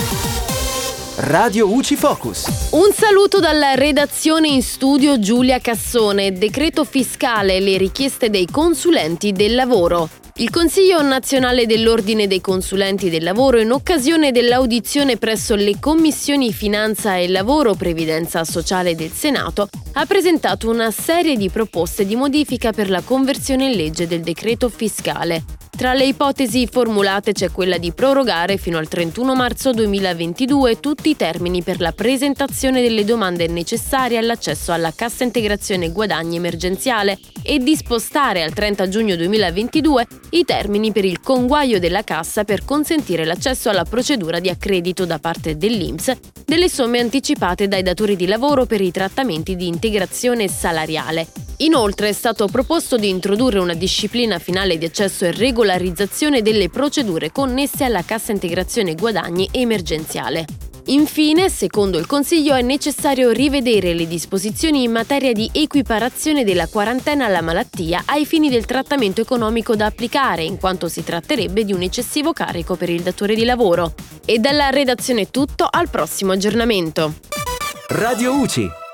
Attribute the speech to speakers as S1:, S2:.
S1: Radio UCI Focus.
S2: Un saluto dalla redazione, in studio Giulia Cassone. Decreto fiscale e le richieste dei consulenti del lavoro. Il Consiglio nazionale dell'Ordine dei consulenti del lavoro, in occasione dell'audizione presso le commissioni Finanza e Lavoro, Previdenza Sociale del Senato, ha presentato una serie di proposte di modifica per la conversione in legge del decreto fiscale. Tra le ipotesi formulate c'è quella di prorogare fino al 31 marzo 2022 tutti i termini per la presentazione delle domande necessarie all'accesso alla cassa integrazione guadagni emergenziale e di spostare al 30 giugno 2022 i termini per il conguaglio della cassa per consentire l'accesso alla procedura di accredito da parte dell'INPS delle somme anticipate dai datori di lavoro per i trattamenti di integrazione salariale. Inoltre è stato proposto di introdurre una disciplina finale di accesso e regolarizzazione delle procedure connesse alla cassa integrazione guadagni emergenziale. Infine, secondo il Consiglio, è necessario rivedere le disposizioni in materia di equiparazione della quarantena alla malattia ai fini del trattamento economico da applicare, in quanto si tratterebbe di un eccessivo carico per il datore di lavoro. E dalla redazione è tutto, al prossimo aggiornamento.
S1: Radio UCI.